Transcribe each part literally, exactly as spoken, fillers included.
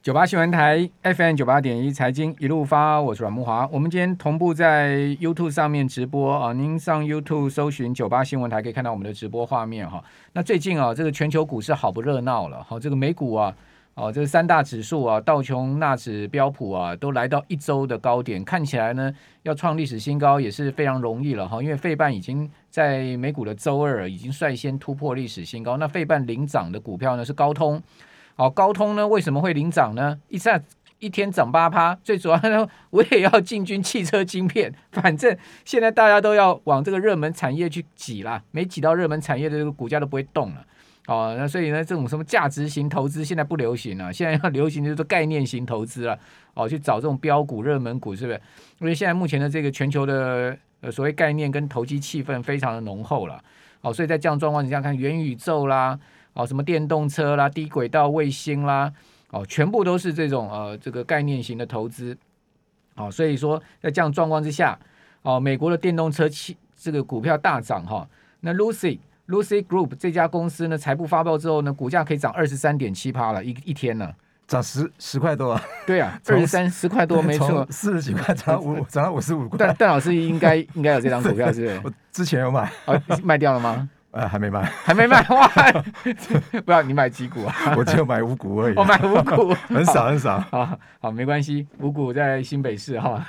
九八新闻台 F M 九八点一财经一路发，我是阮慕骅。我们今天同步在 YouTube 上面直播啊，您上 YouTube 搜寻九八新闻台，可以看到我们的直播画面哈。那最近啊，这个全球股市好不热闹了，好，这个美股啊，哦，这个三大指数啊，道琼、纳指、标普啊，都来到一周的高点，看起来呢要创历史新高也是非常容易了哈，因为费半已经在美股的周二已经率先突破历史新高。那费半领涨的股票呢是高通。好，高通呢为什么会领涨呢？一下一天涨八趴，最主要呢，我也要进军汽车晶片，反正现在大家都要往这个热门产业去挤啦，没挤到热门产业的这个股价都不会动了。哦，那所以呢，这种什么价值型投资现在不流行了，现在要流行的就是概念型投资了。哦，去找这种标股、热门股，是不是？因为现在目前的这个全球的呃所谓概念跟投机气氛非常的浓厚了。哦，所以在这样状况，你想看元宇宙啦。哦，什么电动车啦、低轨道卫星啦，哦，全部都是这种呃这个概念型的投资。哦，所以说在这样状况之下，哦，美国的电动车汽这个股票大涨哈、哦。那 Lucy Lucy Group 这家公司呢，财报发布之后呢，股价可以涨二十三点七趴了，一一天呢。 涨十十块多啊！ 对啊，二十三十块多，没错， 四十几块涨五，涨到五十五块。 但但老师应该应该有这张股票是不是？ 我之前有买， 哦，卖掉了吗？ 呃，还没卖， 还没卖哇！不知道你买几股啊？ 我只有买五股而已。 我、哦、买五股， 很少很少。 好，好，没关系，五股在新北市哈。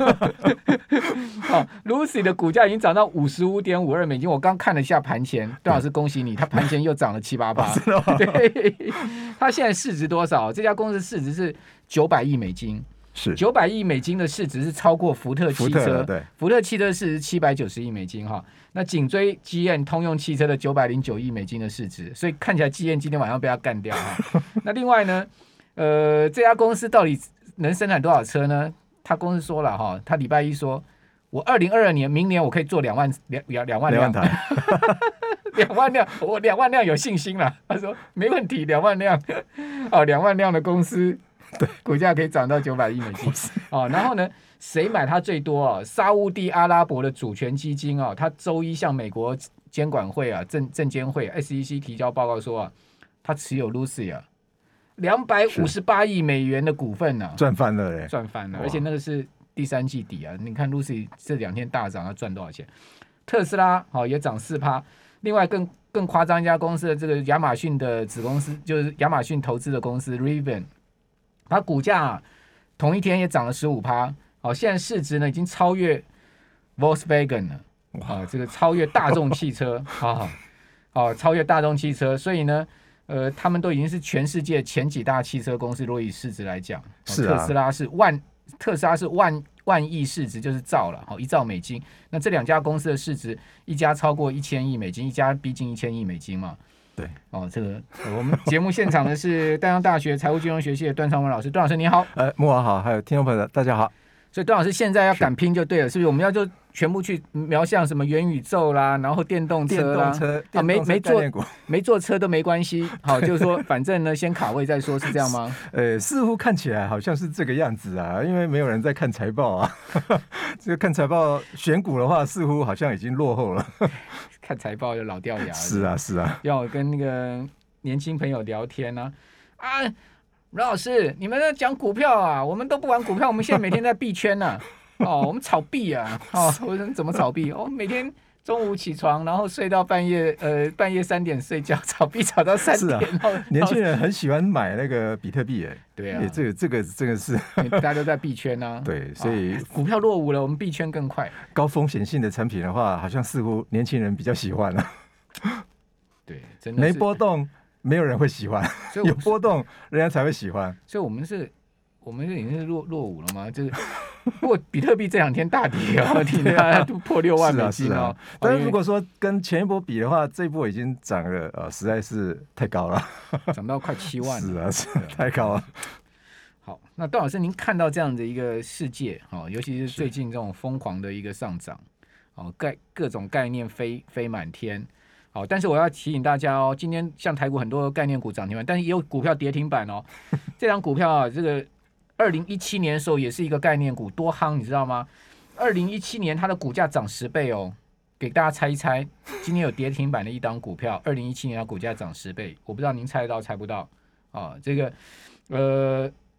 好 ，Lucy 的股价已经涨到五十五点五二美金。我刚看了一下盘前，段老师恭喜你，它盘前又涨了七八趴。对，它现在市值多少？这家公司市值是九百亿美金。 是九百亿美金的市值是超过福特汽车， 福特对， 福特汽车市值七百九十亿美金哈，那紧追 G M 通用汽车的九百零九亿美金的市值，所以看起来 G M 今天晚上被他干掉哈。那另外呢，呃，这家公司到底能生产多少车呢？他公司说了哈，他礼拜一说，我二零二二年明年我可以做两万两两万辆台， 两万辆，我两万辆有信心了。他说没问题，两万辆，哦，两万辆的公司。 对， 股价可以涨到九百亿美金哦。然后呢，谁买它最多啊？沙烏地阿拉伯的主权基金啊，它周一向美国监管会啊、证证监会 S E C 提交报告说啊，它持有 Lucy 啊两百五十八亿美元的股份啊， 赚翻了嘞， 赚翻了，而且那个是第三季底啊。你看 Lucy 这两天大涨，它赚多少钱？特斯拉好、哦、也涨四趴。另外更更夸张一家公司的这个亚马逊的子公司，就是亚马逊投资的公司 Rivian。它股价、啊、同一天也涨了十五趴，好，现在市值呢已经超越 Volkswagen 了，啊，这个超越大众汽车，啊，啊，超越大众汽车，所以呢，呃，他们都已经是全世界前几大汽车公司，如果以市值来讲， 是啊， 特斯拉是万，特斯拉是万万亿市值，就是兆了，好，一兆美金。那这两家公司的市值，一家超过一千亿美金，一家逼近一千亿美金嘛。 对哦，这个我们节目现场的是淡江大学财务金融学系的段昌文老师，段老师你好。 呃，慕骅好，还有听众朋友大家好。 所以段老师现在要敢拼就对了，是不是？我们要就全部去瞄向什么元宇宙啦，然后电动车啦， 电动车啊，没没坐没坐车都没关系，好，就是说反正呢先卡位再说，是这样吗？ 呃，似乎看起来好像是这个样子啊，因为没有人在看财报啊。这个看财报选股的话，似乎好像已经落后了。 看财报就老掉牙了。 是啊，是啊。 要我跟那个年轻朋友聊天呢、啊，啊，阮老师，你们在讲股票啊，我们都不玩股票，我们现在每天在币圈呢、啊，哦，我们炒币啊，哦，我说怎么炒币？哦，每天中午起床，然后睡到半夜，呃，半夜三点睡觉，炒币炒到三点。 是啊，年轻人很喜欢买那个比特币，哎， 对啊， 这个这个这个是大家都在币圈啊。 对，所以、 哦、股票落伍了，我们币圈更快。 高风险性的产品的话，好像似乎年轻人比较喜欢了。 对，真的没波动。没有人会喜欢，有波动人家才会喜欢。 所以我们是，我们是已经是落落伍了吗？就是，不过比特币这两天大跌啊，你看都破六万美金哦。 但是如果说跟前一波比的话，这一波已经涨了，呃，实在是太高了， 涨到快七万了。 是啊，是啊，太高了。 好，那段老师，您看到这样的一个世界，哦，尤其是最近这种疯狂的一个上涨，哦，概各种概念飞飞满天。好，但是我要提醒大家哦，今天像台股很多概念股涨停板，但是也有股票跌停板哦。这张股票啊，这个二零一七年的时候也是一个概念股，多夯，你知道吗？二零一七年它的股价涨十倍哦，给大家猜一猜，今天有跌停板的一档股票，二零一七年它股价涨十倍，我不知道您猜得到猜不到啊？这个呃，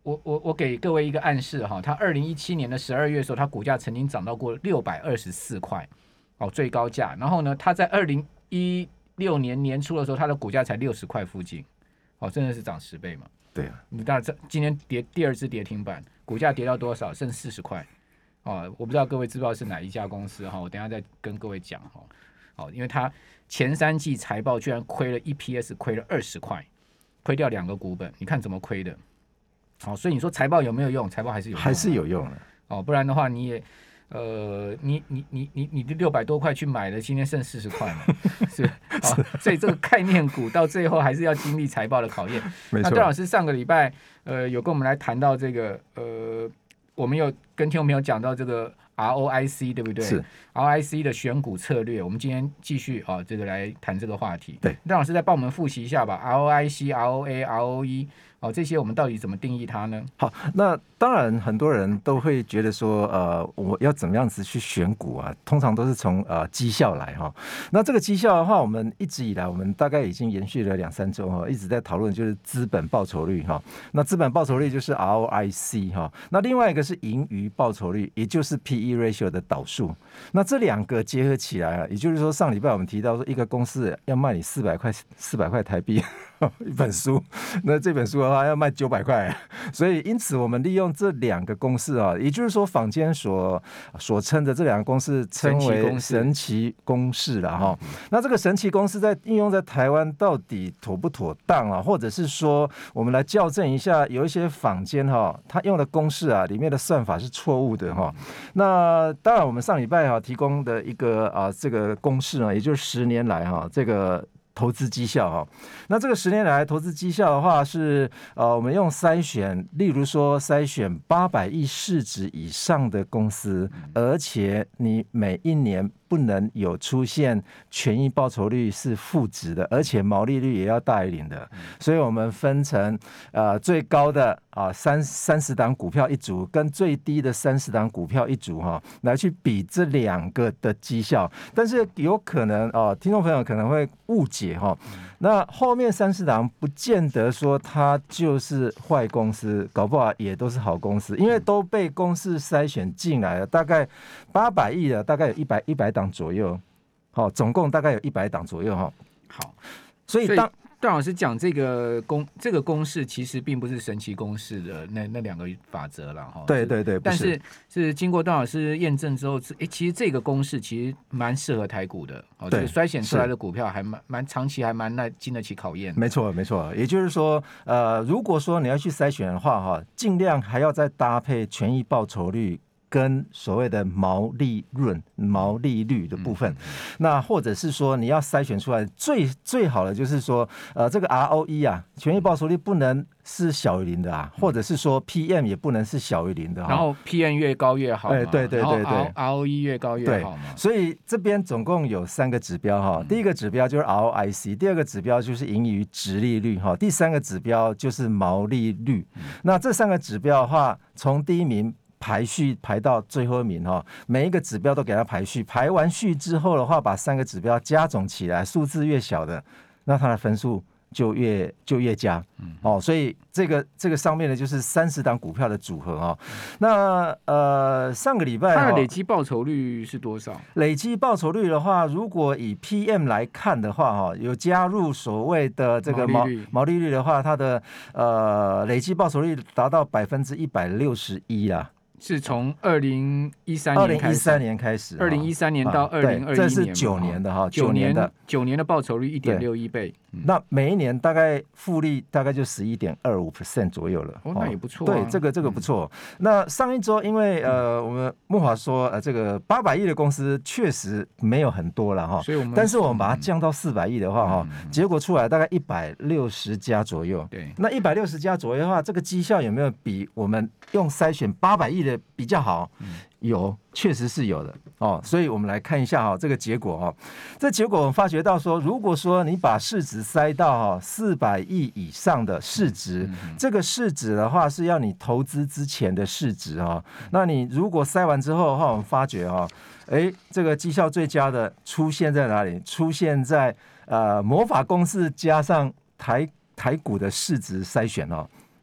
我我我给各位一个暗示哈，它二零一七年的十二月的时候，它股价曾经涨到过六百二十四块哦，最高价。然后呢，它在二零一六年年初的时候，它的股价才六十块附近，哦，真的是涨十倍嘛？ 对啊， 你当然今天跌第二次跌停板，股价跌到多少？剩四十块。哦，我不知道各位知不知道是哪一家公司哈？我等一下再跟各位讲哈。哦，因为它前三季财报居然亏了 E P S 亏了二十块，亏掉两个股本，你看怎么亏的？好、哦，所以你说财报有没有用？财报还是有用， 还是有用的。 哦，不然的话你也呃，你你你你你的六百多块去买的，今天剩四十块嘛，是哦，所以这个概念股到最后还是要经历财报的考验。 没错。 那段老师上个礼拜呃有跟我们来谈到这个呃。我们有跟听众朋友讲到这个 R O I C 对不对？ 是 R O I C 的选股策略，我们今天继续啊、哦，这个来谈这个话题。 对， 段老师再帮我们复习一下吧。R O I C、R O A、R O E 哦，这些我们到底怎么定义它呢？ 好，那当然很多人都会觉得说，呃，我要怎么样子去选股啊？通常都是从呃绩效来哈。那这个绩效的话，我们一直以来，我们大概已经延续了两三周哈，一直在讨论就是资本报酬率哈。那资本报酬率就是 R O I C 哈。那另外一个是盈余报酬率，也就是 P E ratio 的导数。那这两个结合起来啊，也就是说上礼拜我们提到说，一个公司要卖你四百块四百块台币一本书，那这本书的话要卖九百块，所以因此我们利用这两个公式啊，也就是说坊间所所称的这两个公式称为神奇公式了哈。那这个神奇公式在应用在台湾到底妥不妥当啊？或者是说我们来校正一下，有一些坊间哈，他用的公式啊里面的算法是错误的哈。那当然我们上礼拜哈提供的一个啊这个公式呢，也就是十年来哈这个投资绩效哈，那这个十年来投资绩效的话是呃，我们用筛选，例如说筛选八百亿市值以上的公司，而且你每一年不能有出现权益报酬率是负值的，而且毛利率也要大于零的，所以我们分成呃最高的啊三三十档股票一组，跟最低的三十档股票一组哈，来去比这两个的绩效，但是有可能哦，听众朋友可能会误解。那后面三十档不见得说它就是坏公司，搞不好也都是好公司，因为都被公司筛选进来了，大概八百亿的，大概有一百一百档左右，好，总共大概有一百档左右哈。 好， 所以当段老师讲这个公这个公式其实并不是神奇公式的那那两个法则了哈。 对对对， 但是是经过段老师验证之后，哎，其实这个公式其实蛮适合台股的，哦，这个筛选出来的股票还蛮蛮长期还蛮耐经得起考验。 没错没错，也就是说，呃，如果说你要去筛选的话哈，尽量还要再搭配权益报酬率跟所谓的毛利润、毛利率的部分，嗯、那或者是说你要筛选出来最最好的就是说，呃，这个 R O E 啊，权益报酬率不能是小于零的啊，或者是说 P M 也不能是小于零的、啊， 然后 P M 越高越好嘛， 哎，对对对对 ，R O E 越高越好嘛。 所以这边总共有三个指标哈，第一个指标就是 R O I C， 第二个指标就是盈余殖利率哈，第三个指标就是毛利率。嗯、那这三个指标的话，从第一名排序排到最后一名哈，每一个指标都给它排序，排完序之后的话，把三个指标加总起来，数字越小的，那它的分数就越就越佳，哦，所以这个这个上面的就是三十档股票的组合哦。那呃上个礼拜它的累积报酬率是多少？ 累积报酬率的话，如果以 P M 来看的话哈，有加入所谓的这个毛毛利率的话，它的呃累积报酬率达到百分之一百六十一啦。 是从二零一三年开始， 二零一三年开始， 二零一三年到二零二一年， 这是九年的哈， 九年的九年的报酬率一点六一倍。 那每一年大概复利大概就十一点二五 percent 左右了。 哦，那也不错、啊。 对，这个这个不错。嗯、那上一周因为呃，我们慕骅说呃，这个八百亿的公司确实没有很多了哈， 所以我们但是我们把它降到四百亿的话哈，嗯、结果出来大概一百六十家左右。 对， 那一百六十家左右的话，这个绩效有没有比我们用筛选八百亿的比较好？嗯、有，确实是有的哦。所以我们来看一下哈、哦，这个结果哈、哦，这结果我们发觉到说，如果说你把市值塞到哈四百亿以上的市值，嗯、这个市值的话是要你投资之前的市值哈、哦。那你如果塞完之后的话，我们发觉哈、哦，哎，这个绩效最佳的出现在哪里？出现在呃魔法公式加上台台股的市值筛选哦。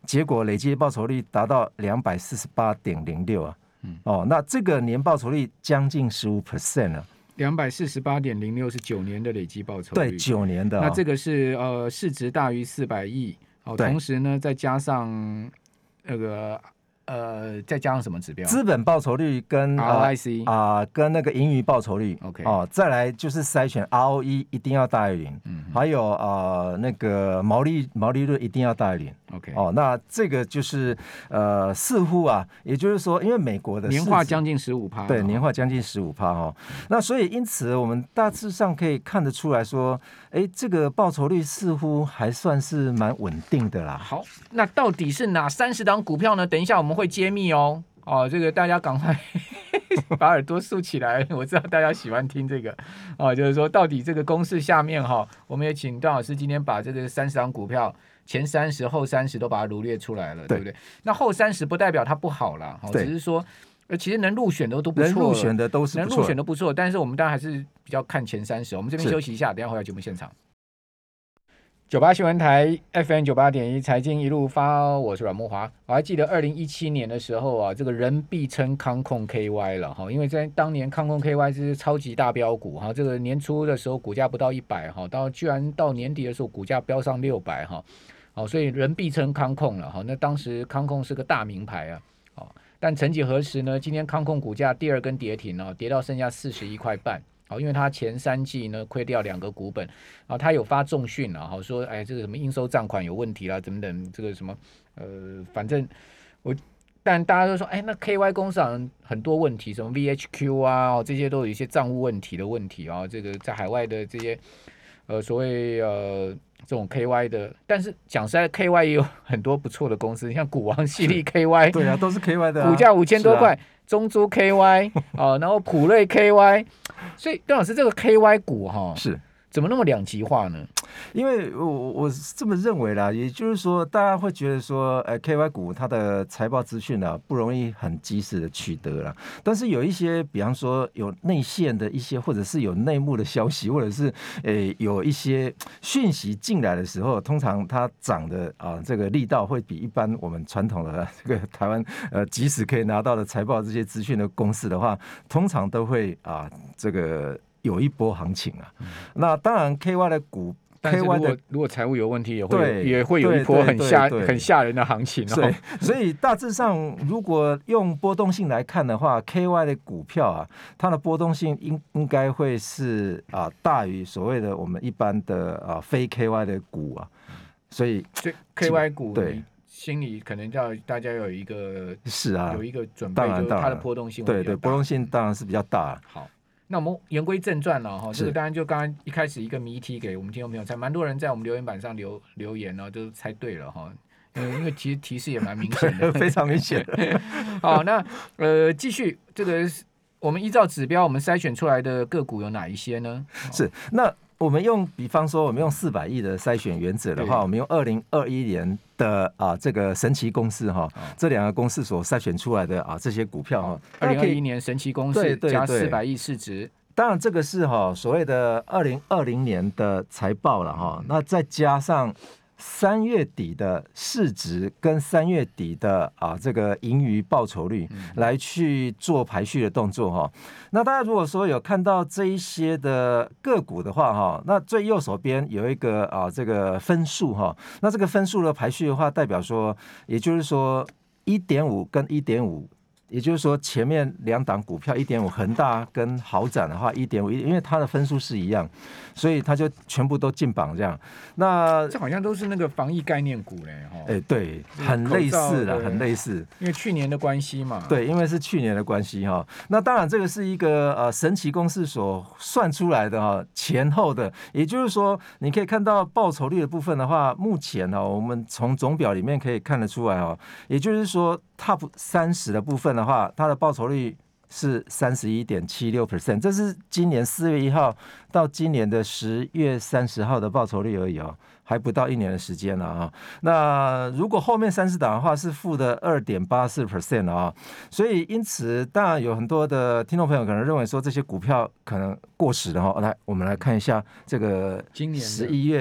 结果累计报酬率达到两百四十八点零六啊，嗯，哦，那这个年报酬率将近十五 percent 啊。 两百四十八点零六是九年的累积报酬率，对，九年的、哦。 那这个是呃市值大于四百亿哦，同时呢再加上那个呃再加上什么指标？ 资本报酬率跟 R O I C 啊、呃、跟那个盈余报酬率 ，OK 哦，再来就是筛选 R O E 一定要大于零，嗯，还有呃那个毛利毛利率一定要大于零。 OK， 哦，那这个就是呃，似乎啊，也就是说，因为美国的年化将近十五趴， 对，年化将近十五趴哈。那所以因此，我们大致上可以看得出来说，哎，这个报酬率似乎还算是蛮稳定的啦。 好，那到底是哪三十档股票呢？等一下我们会揭秘哦。哦，这个大家赶快把耳朵竖起来，我知道大家喜欢听这个哦，就是说到底这个公式下面哈，我们也请段老师今天把这个三十档股票。前三十后三十都把它罗列出来了， 对, 对不对？那后三十不代表它不好啦，只是说其实能入选的都不错， 能入选的都是不错， 能入选都不错，但是我们当然还是比较看前三十。我们这边休息一下，等一下回来节目现场。九八新闻台 F M 九八点一财经一路发，我是阮慕骅。我还记得二零一七年的时候啊，这个人必称康控 K Y 了哈，因为在当年康控 K Y 是超级大标股哈，这个年初的时候股价不到一百哈，到居然到年底的时候股价飙上六百哈。哦，所以人必称康控了哈。那当时康控是个大名牌啊，哦，但曾几何时呢？今天康控股价第二根跌停哦，跌到剩下四十一块半。好，因为它前三季呢亏掉两个股本，然后它有发重讯啊，好说，哎，这个什么应收账款有问题啦，等等，这个什么，呃，反正我，但大家都说，哎，那 K Y 公司好像很多问题，什么 V H Q 啊，哦，这些都有一些账务问题的问题啊，这个在海外的这些。呃，所谓呃这种 K Y 的，但是讲实在 ，K Y 也有很多不错的公司，像股王系列 K Y， 对啊，都是 K Y 的、啊， 股价五千多块， 啊、 中租 K Y 哦、呃，然后普瑞 K Y， 所以段老师这个 K Y 股哈、哦、 是怎么那么两极化呢？ 因为我我是这么认为啦，也就是说，大家会觉得说，呃 ，K Y 股它的财报资讯啊不容易很及时的取得啦。但是有一些，比方说有内线的一些，或者是有内幕的消息，或者是呃有一些讯息进来的时候，通常它涨的啊这个力道会比一般我们传统的这个台湾呃即使可以拿到的财报这些资讯的公司的话，通常都会啊这个有一波行情啊。嗯、那当然 K Y 的股。 但是如果如果财务有问题，也会也会有一波很吓很吓人的行情哦。 所以所以大致上，如果用波动性来看的话 ，K Y 的股票啊，它的波动性应应该会是啊大于所谓的我们一般的啊非 K Y 的股啊。所以， 所以 K Y 股对心里可能要大家有一个是啊有一个准备， 当然就是它的波动性对对波动性当然是比较大、啊。 好。那我们言归正传了哈，这个当然就刚刚一开始一个谜题给我们听众朋友猜，蛮多人在我们留言板上留留言呢，都猜对了哈。呃，因为其实提示也蛮明显的， 非常明显。 好，那呃继续这个，我们依照指标，我们筛选出来的个股有哪一些呢？ 是那。我们用，比方说，我们用四百亿的筛选原则的话，我们用二零二一年的啊这个神奇公司哈，这两个公司所筛选出来的啊这些股票哈， 二零二一年神奇公司加四百亿市值， 当然这个是哈所谓的二零二零年的财报了哈，那再加上三月底的市值跟三月底的啊这个盈余报酬率来去做排序的动作哈。那大家如果说有看到这一些的个股的话哈，那最右手边有一个啊这个分数哈，那这个分数的排序的话，代表说，也就是说一点五跟一点五。也就是说，前面两档股票一点五，恒大跟豪展的话一点五，因为它的分数是一样，所以它就全部都进榜这样。那这好像都是那个防疫概念股嘞，哈。 哎，对，很类似的，很类似。 因为去年的关系嘛。 对，因为是去年的关系哈。那当然，这个是一个呃神奇公式所算出来的哈，前后的，也就是说，你可以看到报酬率的部分的话，目前呢，我们从总表里面可以看得出来哈，也就是说 Top 三十的部分的话，它的报酬率是 三十一点七六 percent， 这是今年四月一号到今年的十月三十号的报酬率而已哦，还不到一年的时间了啊。那如果后面三十档的话是负的 二点八四 percent 啊，所以因此当然有很多的听众朋友可能认为说这些股票可能过时了哈。来，我们来看一下这个今年十一月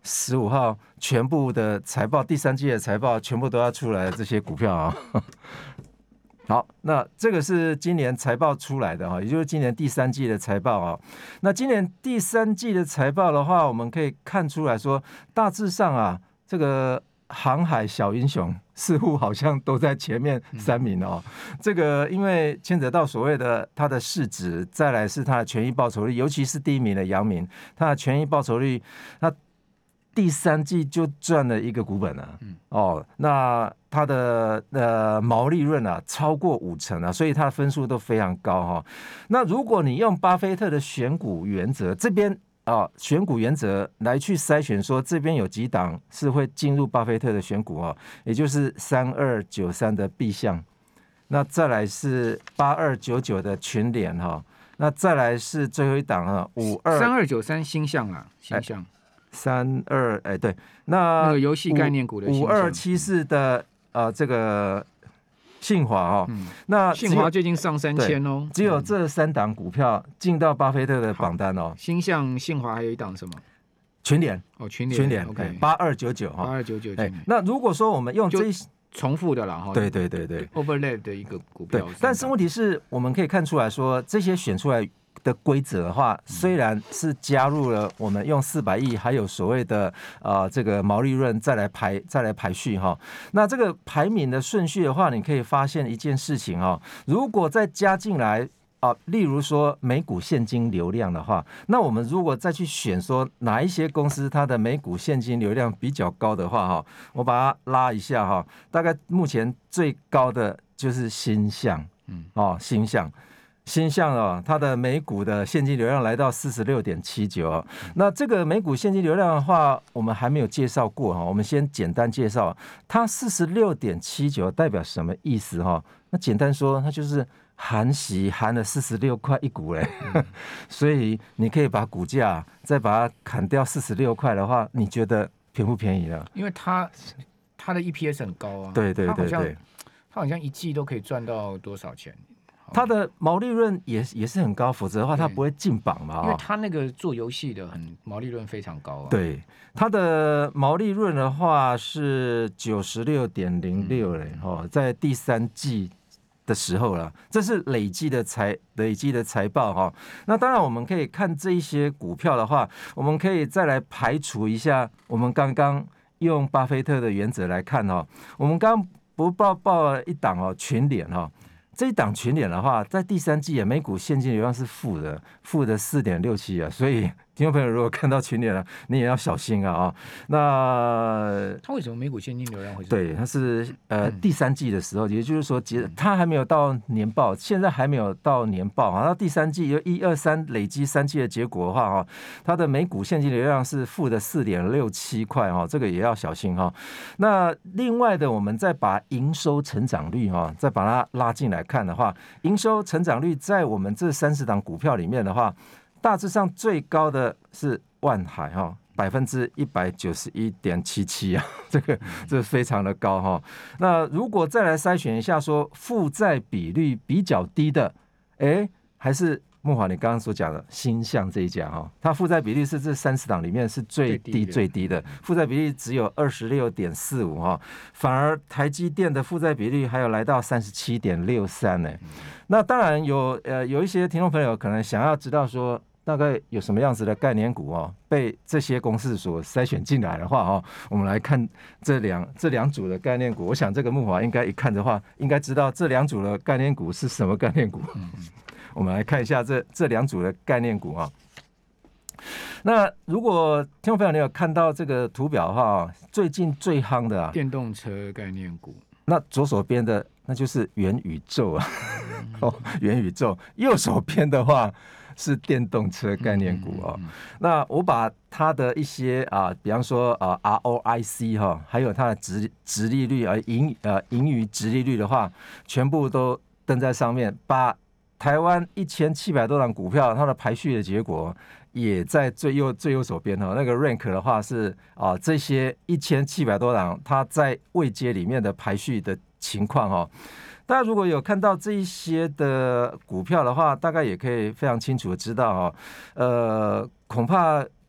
十五号全部的财报，第三季的财报全部都要出来的这些股票啊。好，那这个是今年财报出来的哈，也就是今年第三季的财报啊。那今年第三季的财报的话，我们可以看出来说，大致上啊，这个航海小英雄似乎好像都在前面三名哦。这个因为牵扯到所谓的它的市值，再来是它的权益报酬率，尤其是第一名的阳明，它的权益报酬率，它第三季就赚了一个股本啊，哦，那它的呃毛利润啊超过五成啊，所以它的分数都非常高哈、哦。那如果你用巴菲特的选股原则这边啊、哦、选股原则来去筛选，说这边有几档是会进入巴菲特的选股哦，也就是三二九三的必象，那再来是八二九九的群联哈，那再来是最后一档啊五二三二九三星象啊，星象。哎三二哎对，那那个游戏概念股的五二七四的呃这个信华哦，嗯、那信华最近上三千哦， 只有这三档股票进到巴菲特的榜单哦。 星象、信华还有一档什么？ 群联哦，群联， 群联 OK， 八二九九哈， 八二九九。 哎，那如果说我们用这重复的啦哈， 对对对对 ，overlap 的一个股票。 对，但是问题是我们可以看出来说，这些选出来的规则的话，虽然是加入了我们用四百亿，还有所谓的呃这个毛利润再来排再来排序哈。那这个排名的顺序的话，你可以发现一件事情哈，如果再加进来啊、呃，例如说每股现金流量的话，那我们如果再去选说哪一些公司它的每股现金流量比较高的话哈，我把它拉一下哈，大概目前最高的就是星象，嗯哦，星象。星象哦，它的每股的现金流量来到四十六点七九。那这个每股现金流量的话，我们还没有介绍过哈。我们先简单介绍，它四十六点七九代表什么意思哈？那简单说，它就是含息含了四十六块一股嘞。嗯、所以你可以把股价再把它砍掉四十六块的话，你觉得便不便宜呢？ 因为它它的 E P S 很高啊。 对对对对， 它好像一季都可以赚到多少钱？ 它的毛利润也也是很高，否则的话它不会进榜嘛。 因为它那个做游戏的很毛利润非常高啊。 对，它的毛利润的话是九十六点零六嘞，哦，在第三季的时候了，这是累计的财累计的财报哈。那当然我们可以看这一些股票的话，我们可以再来排除一下我们刚刚用巴菲特的原则来看哦。我们刚刚不报报了一档哦，群联哈。这一档群联的话，在第三季啊，每股现金流量是负的，负的四点六七啊，所以听众朋友如果看到群联了，你也要小心啊啊、哦。那它为什么每股现金流量会是？ 对，它是呃、嗯、第三季的时候，也就是说，它还没有到年报，现在还没有到年报啊。到第三季有一二三累积三季的结果的话哈，它的每股现金流量是负的四点六七块哈，这个也要小心哈。那另外的，我们再把营收成长率哈，再把它拉进来看的话，营收成长率在我们这三十档股票里面的话，大致上最高的是万海哈，百分之一百九十一点七七啊，这个这非常的高哈。那如果再来筛选一下，说负债比率比较低的，哎，还是慕骅你刚刚所讲的星象这一家哈，它负债比率是这三十档里面是最低最低的，负债比率只有二十六点四五哈，反而台积电的负债比率还有来到三十七点六三呢。那当然有呃有一些听众朋友可能想要知道说，大概有什么样子的概念股哦，被这些公司所筛选进来的话哦，我们来看这两这两组的概念股。我想这个慕骅应该一看的话，应该知道这两组的概念股是什么概念股。我们来看一下这这两组的概念股啊。那如果听众朋友你有看到这个图表的话，最近最夯的啊， 电动车概念股。 那左手边的那就是元宇宙啊，哦，元宇宙。右手边的话是电动车概念股啊。那我把它的一些啊，比方说啊 R O I C 哈，还有它的殖殖利率啊，盈呃盈余殖利率的话，全部都登在上面，把台湾一千七百多档股票，它的排序的结果也在最右最右手边哈。那个 rank 的话是啊，这些一千七百多档，它在位阶里面的排序的情况哈。大家如果有看到这一些的股票的话，大概也可以非常清楚的知道哈，呃，恐怕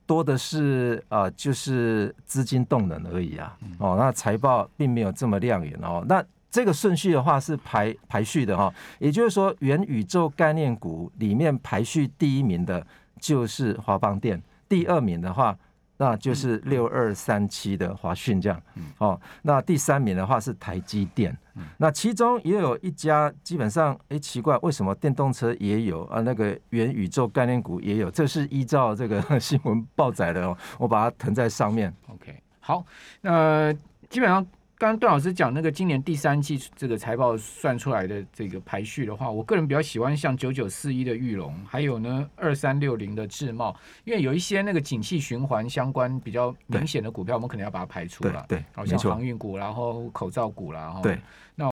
多的是呃就是资金动能而已啊。哦，那财报并没有这么亮眼哦。那这个顺序的话是排排序的哈，也就是说元宇宙概念股里面排序第一名的就是华邦电，第二名的话那就是六二三七的华讯这样。哦，那第三名的话是台积电，那其中也有一家基本上哎奇怪为什么电动车也有啊，那个元宇宙概念股也有，这是依照这个新闻报载的哦，我把它腾在上面。 OK， 好，那基本上刚刚段老师讲那个今年第三季这个财报算出来的这个排序的话，我个人比较喜欢像九九四一的裕隆，还有呢二三六零的智茂，因为有一些那个景气循环相关比较明显的股票，我们可能要把它排除了， 对， 好像航运股，然后口罩股啦， 对。